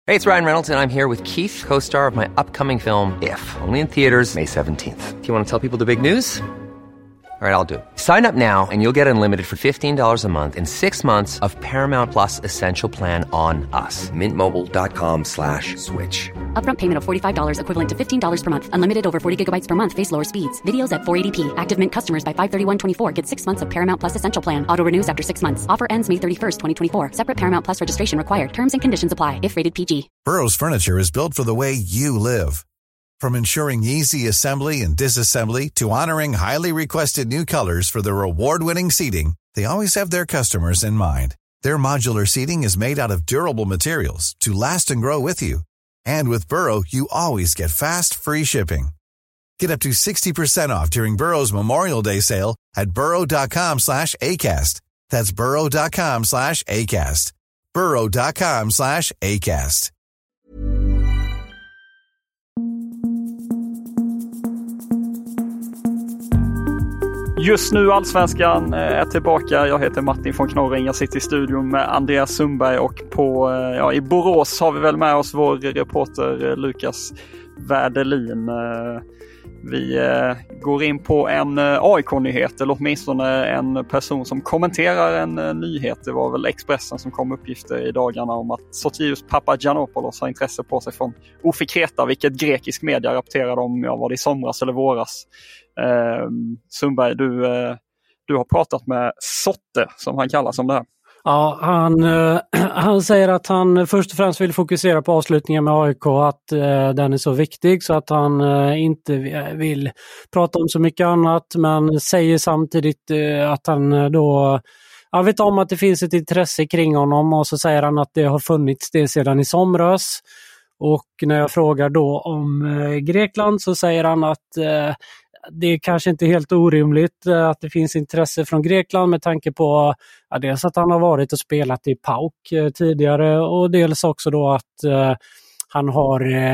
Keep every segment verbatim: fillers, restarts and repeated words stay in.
Hey, it's Ryan Reynolds, and I'm here with Keith, co-star of my upcoming film, If, only in theaters May seventeenth. Do you want to tell people the big news? All right, I'll do it. Sign up now and you'll get unlimited for fifteen dollars a month and six months of Paramount Plus Essential Plan on us. Mint Mobile dot com slash switch. Upfront payment of forty-five dollars equivalent to fifteen dollars per month. Unlimited over forty gigabytes per month. Face lower speeds. Videos at four eighty p. Active Mint customers by five thirty-one twenty-four get six months of Paramount Plus Essential Plan. Auto renews after six months. Offer ends May thirty-first, twenty twenty-four. Separate Paramount Plus registration required. Terms and conditions apply if rated P G. Burrow's furniture is built for the way you live. From ensuring easy assembly and disassembly to honoring highly requested new colors for their award-winning seating, they always have their customers in mind. Their modular seating is made out of durable materials to last and grow with you. And with Burrow, you always get fast, free shipping. Get up to sixty percent off during Burrow's Memorial Day sale at burrow.com slash ACAST. That's burrow.com slash ACAST. burrow.com slash ACAST. Just nu Allsvenskan är tillbaka. Jag heter Martin von Knorring. Jag sitter i studion med Andreas Sundberg och på, ja, i Borås har vi väl med oss vår reporter Lukas Werdelin. Vi går in på en A I K-nyhet, eller åtminstone en person som kommenterar en nyhet. Det var väl Expressen som kom uppgifter i dagarna om att Sotiris Papagiannopoulos har intresse på sig från O F I Kreta, vilket grekisk media rapporterade om, ja, var det i somras eller våras. Eh, Sundberg, du, eh, du har pratat med Sotte, som han kallas, om det här. Ja, han, eh, han säger att han först och främst vill fokusera på avslutningen med A I K, att eh, den är så viktig så att han eh, inte vill prata om så mycket annat, men säger samtidigt eh, att han då, han vet om att det finns ett intresse kring honom, och så säger han att det har funnits det sedan i somras. Och när jag frågar då om eh, Grekland så säger han att eh, det är kanske inte helt orimligt att det finns intresse från Grekland med tanke på, ja, dels att han har varit och spelat i PAOK tidigare, och dels också då att eh, han har eh,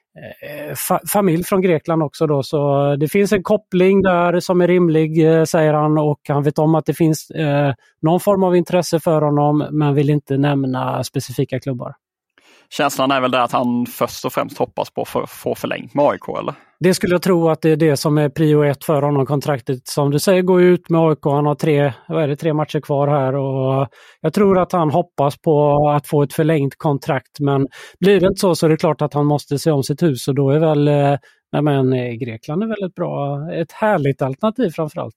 fa- familj från Grekland också då, så det finns en koppling där som är rimlig, eh, säger han, och han vet om att det finns eh, någon form av intresse för honom, men vill inte nämna specifika klubbar. Känslan är väl där att han först och främst hoppas på att få förlängt med A I K, eller? Det skulle jag tro, att det är det som är prio ett för honom. Kontraktet, som du säger, går ut med A I K. Han har tre, vad är det, tre matcher kvar här, och jag tror att han hoppas på att få ett förlängt kontrakt, men blir det inte så så är det klart att han måste se om sitt hus, och då är väl, nej men Grekland är väl ett bra, ett härligt alternativ framförallt.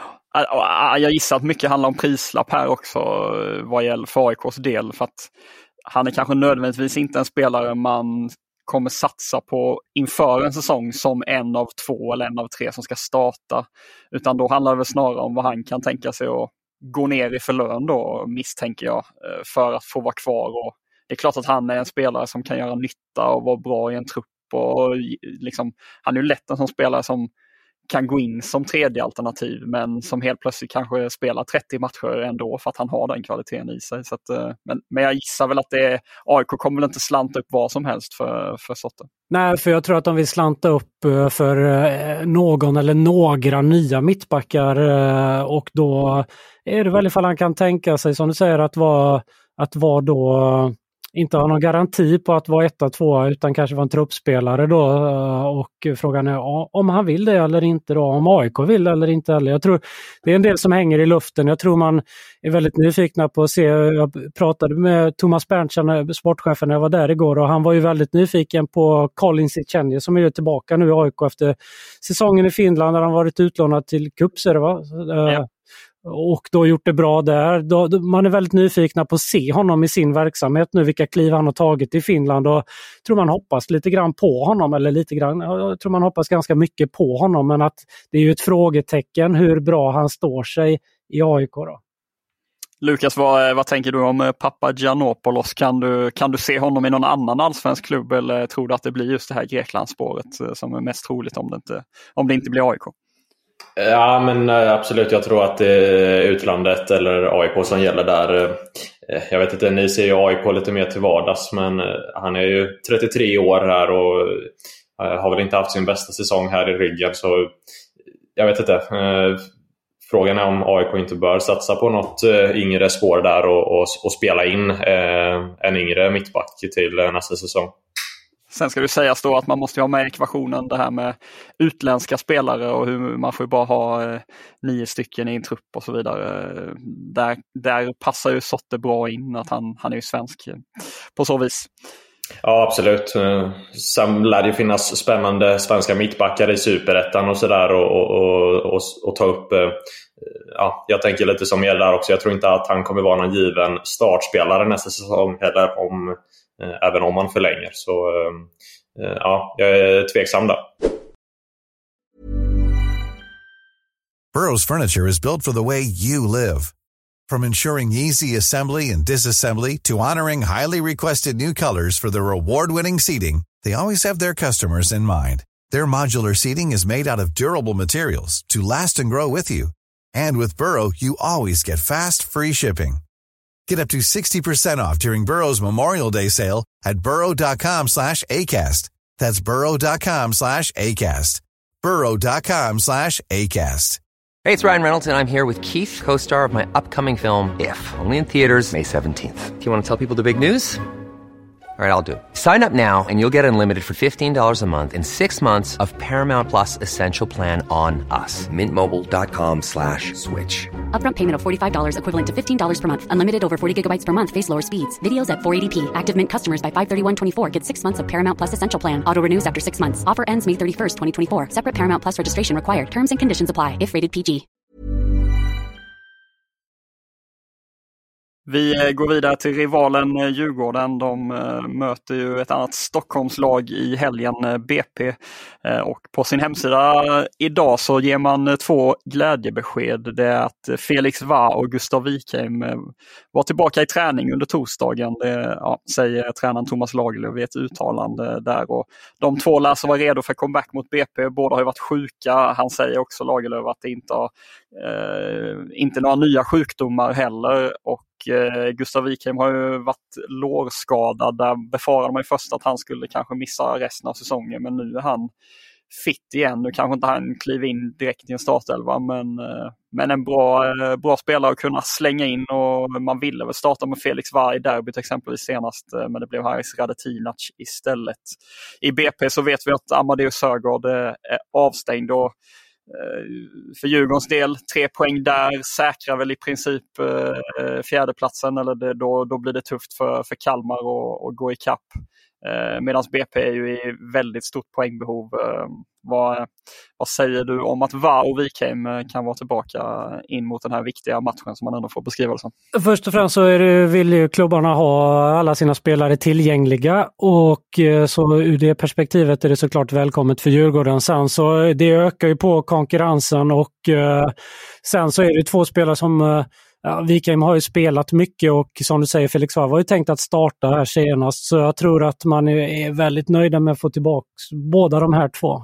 Jag gissar att mycket handlar om prislapp här också vad gäller för A I Ks del, för att han är kanske nödvändigtvis inte en spelare man kommer satsa på inför en säsong som en av två eller en av tre som ska starta. Utan då handlar det väl snarare om vad han kan tänka sig att gå ner i för lön då, misstänker jag, för att få vara kvar. Och det är klart att han är en spelare som kan göra nytta och vara bra i en trupp. Och liksom, han är ju lätt en sån spelare som kan gå in som tredje alternativ, men som helt plötsligt kanske spelar trettio matcher ändå för att han har den kvaliteten i sig. Så att, men, men jag gissar väl att det är, A I K kommer väl inte slanta upp vad som helst för, för Sotte. Nej, för jag tror att de vill slanta upp för någon eller några nya mittbackar, och då är det väl ifall han kan tänka sig, som du säger, att vara, att vara då inte ha någon garanti på att vara etta, tvåa, utan kanske vara en truppspelare då, och frågan är om han vill det eller inte då, om A I K vill det eller inte heller. Jag tror det är en del som hänger i luften. Jag tror man är väldigt nyfikna på att se. Jag pratade med Thomas Berntsen, sportchefen, när jag var där igår, och han var ju väldigt nyfiken på Colin Cichenje som är tillbaka nu i A I K efter säsongen i Finland där han varit utlånad till Kupser, va? Ja. Och då gjort det bra där. Då, då, man är väldigt nyfikna på att se honom i sin verksamhet nu, vilka kliv han har tagit i Finland, och tror man hoppas lite grann på honom, eller lite grann, jag tror man hoppas ganska mycket på honom, men att det är ju ett frågetecken hur bra han står sig i A I K då. Lukas, vad, vad tänker du om Papagiannopoulos? Kan du, kan du se honom i någon annan allsvensk klubb, eller tror du att det blir just det här Greklandsspåret som är mest troligt om det inte, om det inte blir A I K? Ja, men absolut, jag tror att det är utlandet eller A I K som gäller där. Jag vet inte, ni ser ju A I K lite mer till vardags, men han är ju trettiotre år här och har väl inte haft sin bästa säsong här i ryggen, så jag vet inte. frågan är om A I K inte bör satsa på något eh, yngre spår där och, och, och spela in eh, en yngre mittback till eh, nästa säsong. Sen ska det sägas då att man måste ha med i ekvationen det här med utländska spelare och hur man får bara ha eh, nio stycken i en trupp och så vidare. Där, där passar ju Sotte bra in, att han, han är ju svensk på så vis. Ja, absolut. Sen lär det finnas spännande svenska mittbackar i Superettan och sådär och, och, och, och ta upp. Ja, jag tänker lite som er där också. Jag tror inte att han kommer vara någon given startspelare nästa säsong eller om, även om han förlänger. Så ja, jag är tveksam där. Burrow's furniture is built for the way you live. From ensuring easy assembly and disassembly to honoring highly requested new colors for their award-winning seating, they always have their customers in mind. Their modular seating is made out of durable materials to last and grow with you. And with Burrow, you always get fast, free shipping. Get up to sixty percent off during Burrow's Memorial Day sale at burrow.com slash ACAST. That's burrow.com slash ACAST. burrow.com slash ACAST. Hey, it's Ryan Reynolds, and I'm here with Keith, co-star of my upcoming film, If, only in theaters May seventeenth. Do you want to tell people the big news? All right, I'll do it. Sign up now and you'll get unlimited for fifteen dollars a month and six months of Paramount Plus Essential Plan on us. Mint Mobile dot com slash switch. Upfront payment of forty-five dollars equivalent to fifteen dollars per month. Unlimited over forty gigabytes per month. Face lower speeds. Videos at four eighty p. Active Mint customers by five thirty-one twenty-four get six months of Paramount Plus Essential Plan. Auto renews after six months. Offer ends May thirty-first, twenty twenty-four. Separate Paramount Plus registration required. Terms and conditions apply if rated P G. Vi går vidare till rivalen Djurgården. De möter ju ett annat Stockholmslag i helgen, B P. Och på sin hemsida idag så ger man två glädjebesked. Det är att Felix Va och Gustav Wikheim var tillbaka i träning under torsdagen. Det ja, säger tränaren Thomas Lagerlöf i ett uttalande där. Och de två lär sig vara redo för comeback mot B P. Båda har ju varit sjuka. Han säger också, Lagerlöf, att det inte har eh, inte några nya sjukdomar heller. Och Gustav Wikheim har ju varit lårskadad. Där befarade man ju först att han skulle kanske missa resten av säsongen, men nu är han fit igen. Nu kanske inte han kliver in direkt i en startelva, men, men en bra, bra spelare att kunna slänga in, och man ville väl starta med Felix Va i derbyt exempelvis senast, men det blev Haris Radetinac istället. I B P så vet vi att Amadeus Sögaard är avstängd, och för Djurgårdens del, tre poäng där säkrar väl i princip eh, fjärdeplatsen, eller det, då, då blir det tufft för, för Kalmar att, att gå i kapp. Eh, Medan B P är ju i väldigt stort poängbehov. Eh, vad, vad säger du om att Va och Wikheim kan vara tillbaka in mot den här viktiga matchen som man ändå får beskriva det som? Först och främst så är det, vill ju klubbarna ha alla sina spelare tillgängliga, och eh, så ur det perspektivet är det såklart välkommet för Djurgården. Sen så det ökar ju på konkurrensen, och eh, sen så är det två spelare som eh, ja, Wikheim har ju spelat mycket, och som du säger, Felix Va var ju tänkt att starta här senast, så jag tror att man är väldigt nöjda med att få tillbaka båda de här två.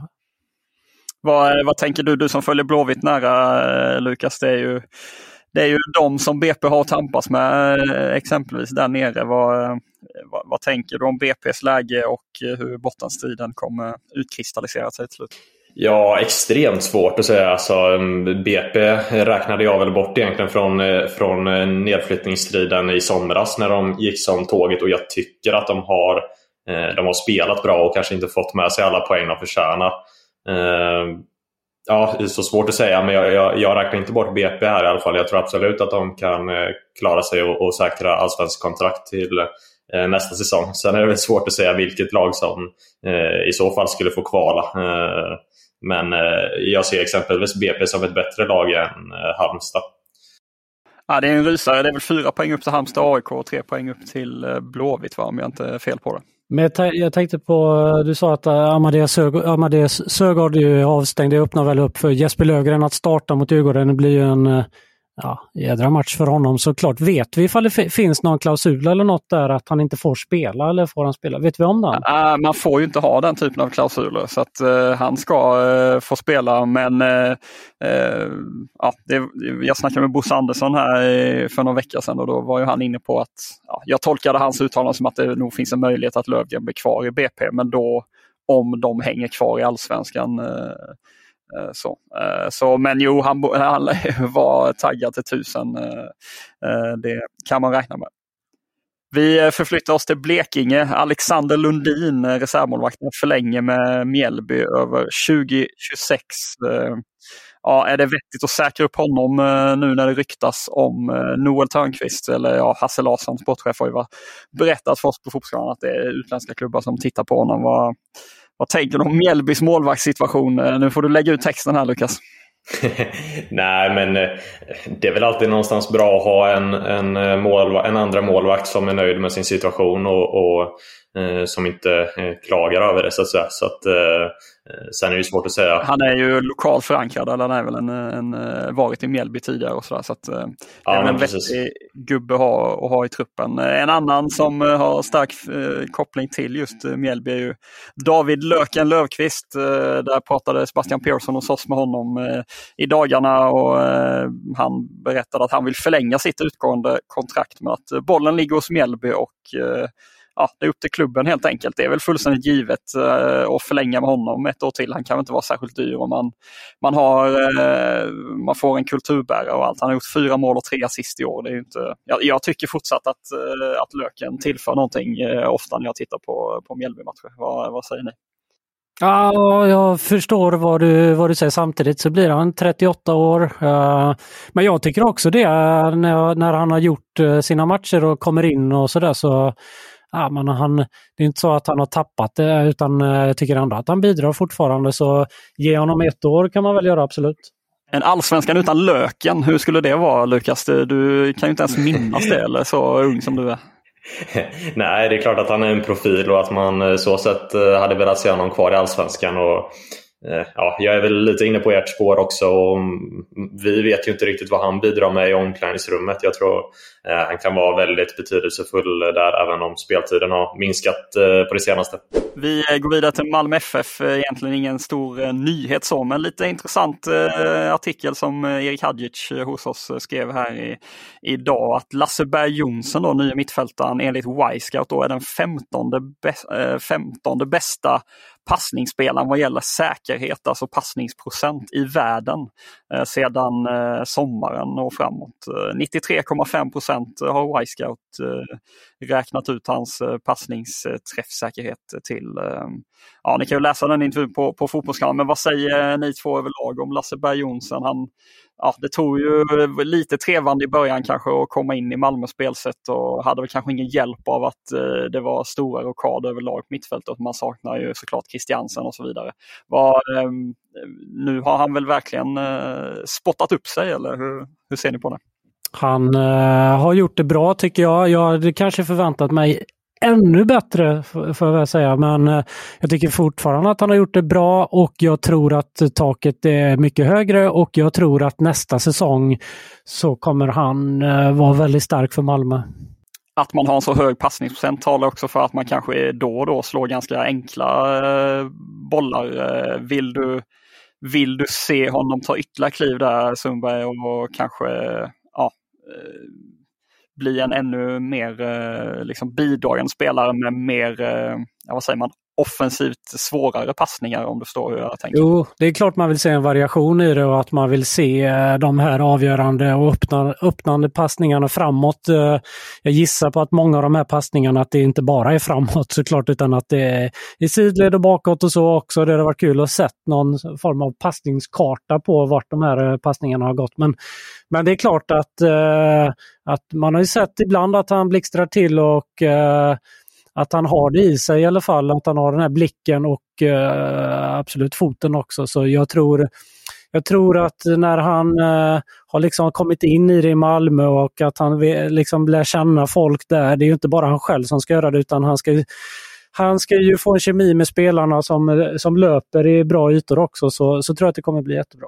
Vad, vad tänker du, du som följer Blåvitt nära, Lukas? Det är ju, det är ju de som B P har tampas med exempelvis där nere. Vad, vad, vad tänker du om B P:s läge och hur bottenstriden kommer utkristallisera sig till slut? Ja, extremt svårt att säga. Alltså, B P räknade jag väl bort egentligen från, från nedflyttningsstriden i somras när de gick som tåget, och jag tycker att de har, de har spelat bra och kanske inte fått med sig alla poäng de förtjänar. Ja, det är så svårt att säga, men jag, jag, jag räknar inte bort B P här i alla fall. Jag tror absolut att de kan klara sig och, och säkra allsvensk kontrakt till eh, nästa säsong. Sen är det väl svårt att säga vilket lag som eh, i så fall skulle få kvala. Eh, men eh, jag ser exempelvis B P som ett bättre lag än eh, Halmstad. Ja, det är en rysare. Det är väl fyra poäng upp till Halmstad A I K och tre poäng upp till Blåvitt, va, om jag inte är fel på det. Men jag tänkte på, du sa att Amadeus Sögaard, Amadeus Sögaard är avstängd. Det öppnar väl upp för Jesper Löfgren att starta mot Djurgården. Det blir ju en ja, jädra match för honom såklart. Vet vi ifall det finns någon klausul eller något där att han inte får spela, eller får han spela? Vet vi om den? Uh, man får ju inte ha den typen av klausuler, så att uh, han ska uh, få spela, men uh, uh, ja, det, jag snackade med Bosse Andersson här för några veckor sedan, och då var ju han inne på att ja, jag tolkade hans uttalande som att det nog finns en möjlighet att Löfgren blir kvar i B P, men då om de hänger kvar i allsvenskan. Uh, Så, så, men jo, han, han var taggad till tusen. Det kan man räkna med. Vi förflyttar oss till Blekinge. Alexander Lundin, reservmålvakten, förlänger med Mjällby över tjugo tjugosex. Ja, är det vettigt att säkra upp honom nu när det ryktas om Noel Törnqvist, eller ja, Hasse Larsson, sportchef, har ju berättat för oss på Fotbollskanalen att det är utländska klubbar som tittar på honom. Vad, vad tänker du om Mjällbys målvaktssituation? Nu får du lägga ut texten här, Lukas. Nej, men det är väl alltid någonstans bra att ha en, en, målvakt, en andra målvakt som är nöjd med sin situation och, och eh, som inte eh, klagar över det, så att säga. Så att, eh, sen är det svårt att säga. Han är ju lokalt förankrad, eller han är väl en, en, en varit i Mjällby tidigare och sådär, så att eh, ja, det är en vettig gubbe att ha, att ha i truppen. En annan som har stark eh, koppling till just eh, Mjällby är ju David Löken Löfqvist. Eh, där pratade Sebastian Persson hos oss med honom eh, i dagarna, och eh, han berättade att han vill förlänga sitt utgående kontrakt, med att bollen ligger hos Mjällby och eh, ja, det är upp till klubben helt enkelt. Det är väl fullständigt givet eh, att förlänga med honom ett år till. Han kan väl inte vara särskilt dyr om man, man, har, eh, man får en kulturbärare och allt. Han har gjort fyra mål och tre assist i år. Det är ju inte, jag, jag tycker fortsatt att, eh, att Löken tillför någonting eh, ofta när jag tittar på, på Mjällby-matcher. Vad, vad säger ni? Ja, jag förstår vad du, vad du säger. Samtidigt så blir han trettioåtta år. Uh, men jag tycker också det, när, när han har gjort uh, sina matcher och kommer in och sådär, så ja, men han, det är inte så att han har tappat det, utan uh, jag tycker ändå att han bidrar fortfarande, så ge honom ett år kan man väl göra, absolut. En allsvenskan utan Löken, hur skulle det vara, Lukas? Du kan ju inte ens minnas det, eller så ung som du är. Nej, det är klart att han är en profil och att man så sätt hade velat se honom kvar i allsvenskan. Och ja, jag är väl lite inne på ert spår också, och vi vet ju inte riktigt vad han bidrar med i omklädningsrummet. Jag tror eh, han kan vara väldigt betydelsefull där, även om speltiden har minskat eh, på det senaste. Vi går vidare till Malmö F F. Egentligen ingen stor eh, nyhet så, men lite intressant eh, artikel som Erik Hadjic hos oss skrev här i, idag, att Lasse Berg Jonsson, då, nya mittfältaren, enligt Y-Scout då är den femtonde, bä- eh, femtonde bästa passningsspelaren vad gäller säkerhet, alltså passningsprocent i världen eh, sedan eh, sommaren och framåt. Eh, nittiotre komma fem procent har Y-Scout eh, räknat ut hans eh, passningsträffsäkerhet till. Eh, ja, ni kan ju läsa den intervjun på, på Fotbollskanalen, men vad säger ni två överlag om Lasse Berg Jonsson? Han, ja, det tog ju lite trevande i början kanske att komma in i Malmö spelsätt, och hade väl kanske ingen hjälp av att eh, det var stora rockad överlag på mittfältet. Man saknar ju såklart Christiansen och så vidare. Var, eh, nu har han väl verkligen eh, spottat upp sig, eller hur, hur ser ni på det? Han eh, har gjort det bra, tycker jag. Jag hade kanske förväntat mig ännu bättre, får jag säga, men eh, jag tycker fortfarande att han har gjort det bra, och jag tror att taket är mycket högre, och jag tror att nästa säsong så kommer han eh, vara väldigt stark för Malmö. Att man har en så hög passningsprocent talar också för att man kanske då och då slår ganska enkla eh, bollar. Eh, vill du vill du se honom ta ytterligare kliv där, Sundberg, och, och kanske ja, eh, bli en ännu mer eh, liksom bidragande spelare med mer, eh, vad säger man, offensivt svårare passningar, om du förstår hur jag tänker. Jo, det är klart man vill se en variation i det, och att man vill se eh, de här avgörande och öppna, öppnande passningarna framåt. Eh, jag gissar på att många av de här passningarna, att det inte bara är framåt såklart, utan att det är i sidled och bakåt och så också. Det har varit kul att se någon form av passningskarta på vart de här passningarna har gått. Men, men det är klart att, eh, att man har ju sett ibland att han blixtrar till, och eh, att han har det i sig i alla fall, att han har den här blicken och eh, absolut foten också. Så jag tror, jag tror att när han eh, har liksom kommit in i det i Malmö, och att han liksom lär känna folk där, det är ju inte bara han själv som ska göra det, utan han ska, han ska ju få en kemi med spelarna som, som löper i bra ytor också, så, så tror jag att det kommer bli jättebra.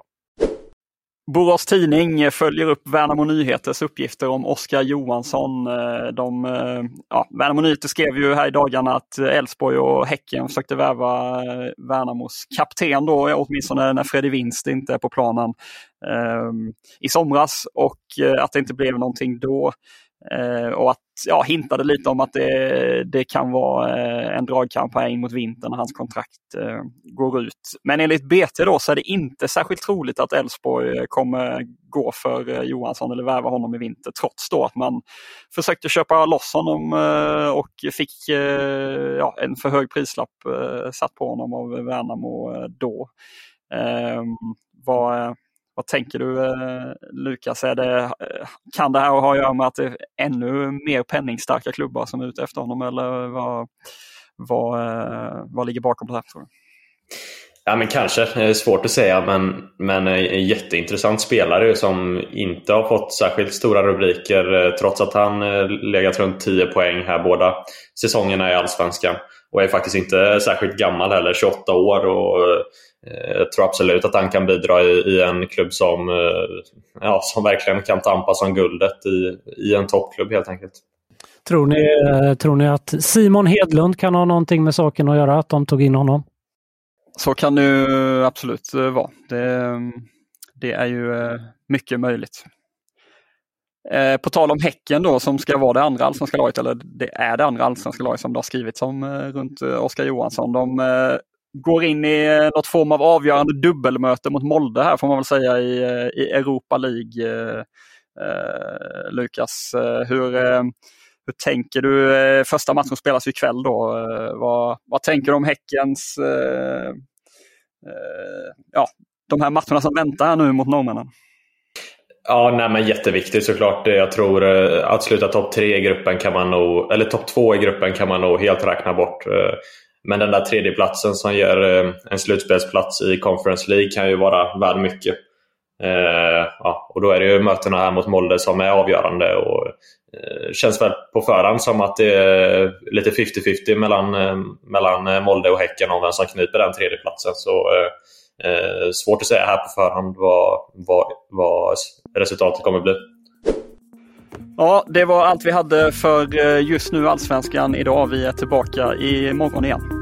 Borås Tidning följer upp Värnamo Nyheters uppgifter om Oskar Johansson. De, ja, Värnamo Nyheter skrev ju här i dagarna att Elfsborg och Häcken försökte värva Värnamos kapten då, åtminstone när Freddy Winst inte är på planen, eh, i somras, och att det inte blev någonting då. Eh, och att, ja, hintade lite om att det, det kan vara eh, en dragkamp här in mot vintern när hans kontrakt eh, går ut. Men enligt B T då så är det inte särskilt troligt att Elfsborg kommer gå för eh, Johansson eller värva honom i vinter, trots då att man försökte köpa loss honom eh, och fick eh, ja, en för hög prislapp eh, satt på honom av Värnamo eh, då. Eh, vad Vad tänker du, eh, Lukas? Är det, kan det här ha att göra med att det är ännu mer penningstarka klubbar som är ute efter honom? Eller vad, vad, eh, vad ligger bakom det här, tror du? Ja, men kanske. Det är svårt att säga, men, men en jätteintressant spelare som inte har fått särskilt stora rubriker trots att han legat runt tio poäng här båda säsongerna i Allsvenskan. Och är faktiskt inte särskilt gammal heller, tjugoåtta år, och jag tror absolut att han kan bidra i, i en klubb som, ja, som verkligen kan tampas om guldet i, i en toppklubb helt enkelt. Tror ni, tror ni att Simon Hedlund kan ha någonting med saken att göra, att de tog in honom? Så kan det absolut vara. Det, det är ju mycket möjligt. På tal om Häcken då, som ska vara det andra allsvenska laget, eller det är det andra allsvenska laget som det har skrivits om runt Oskar Johansson. De går in i något form av avgörande dubbelmöte mot Molde här, får man väl säga, i, i Europa League. Eh, Lukas, hur, hur tänker du? Första matchen spelas ikväll då. Eh, vad, vad tänker du om Häckens eh, eh, ja, de här matcherna som väntar här nu mot norrmännen? Ja, nej, men jätteviktigt såklart. Jag tror att sluta topp tre i gruppen kan man nog, eller topp två i gruppen kan man nog helt räkna bort. Men den där tredje platsen som ger en slutspelsplats i Conference League kan ju vara värd mycket. Ja, och då är det ju mötena här mot Molde som är avgörande, och känns väl på förhand som att det är lite femtio femtio mellan, mellan Molde och Häcken om vem som kniper den tredje platsen. Så Eh, svårt att säga här på förhand vad, vad, vad resultatet kommer bli. Ja, det var allt vi hade för just nu Allsvenskan idag. Vi är tillbaka i morgon igen.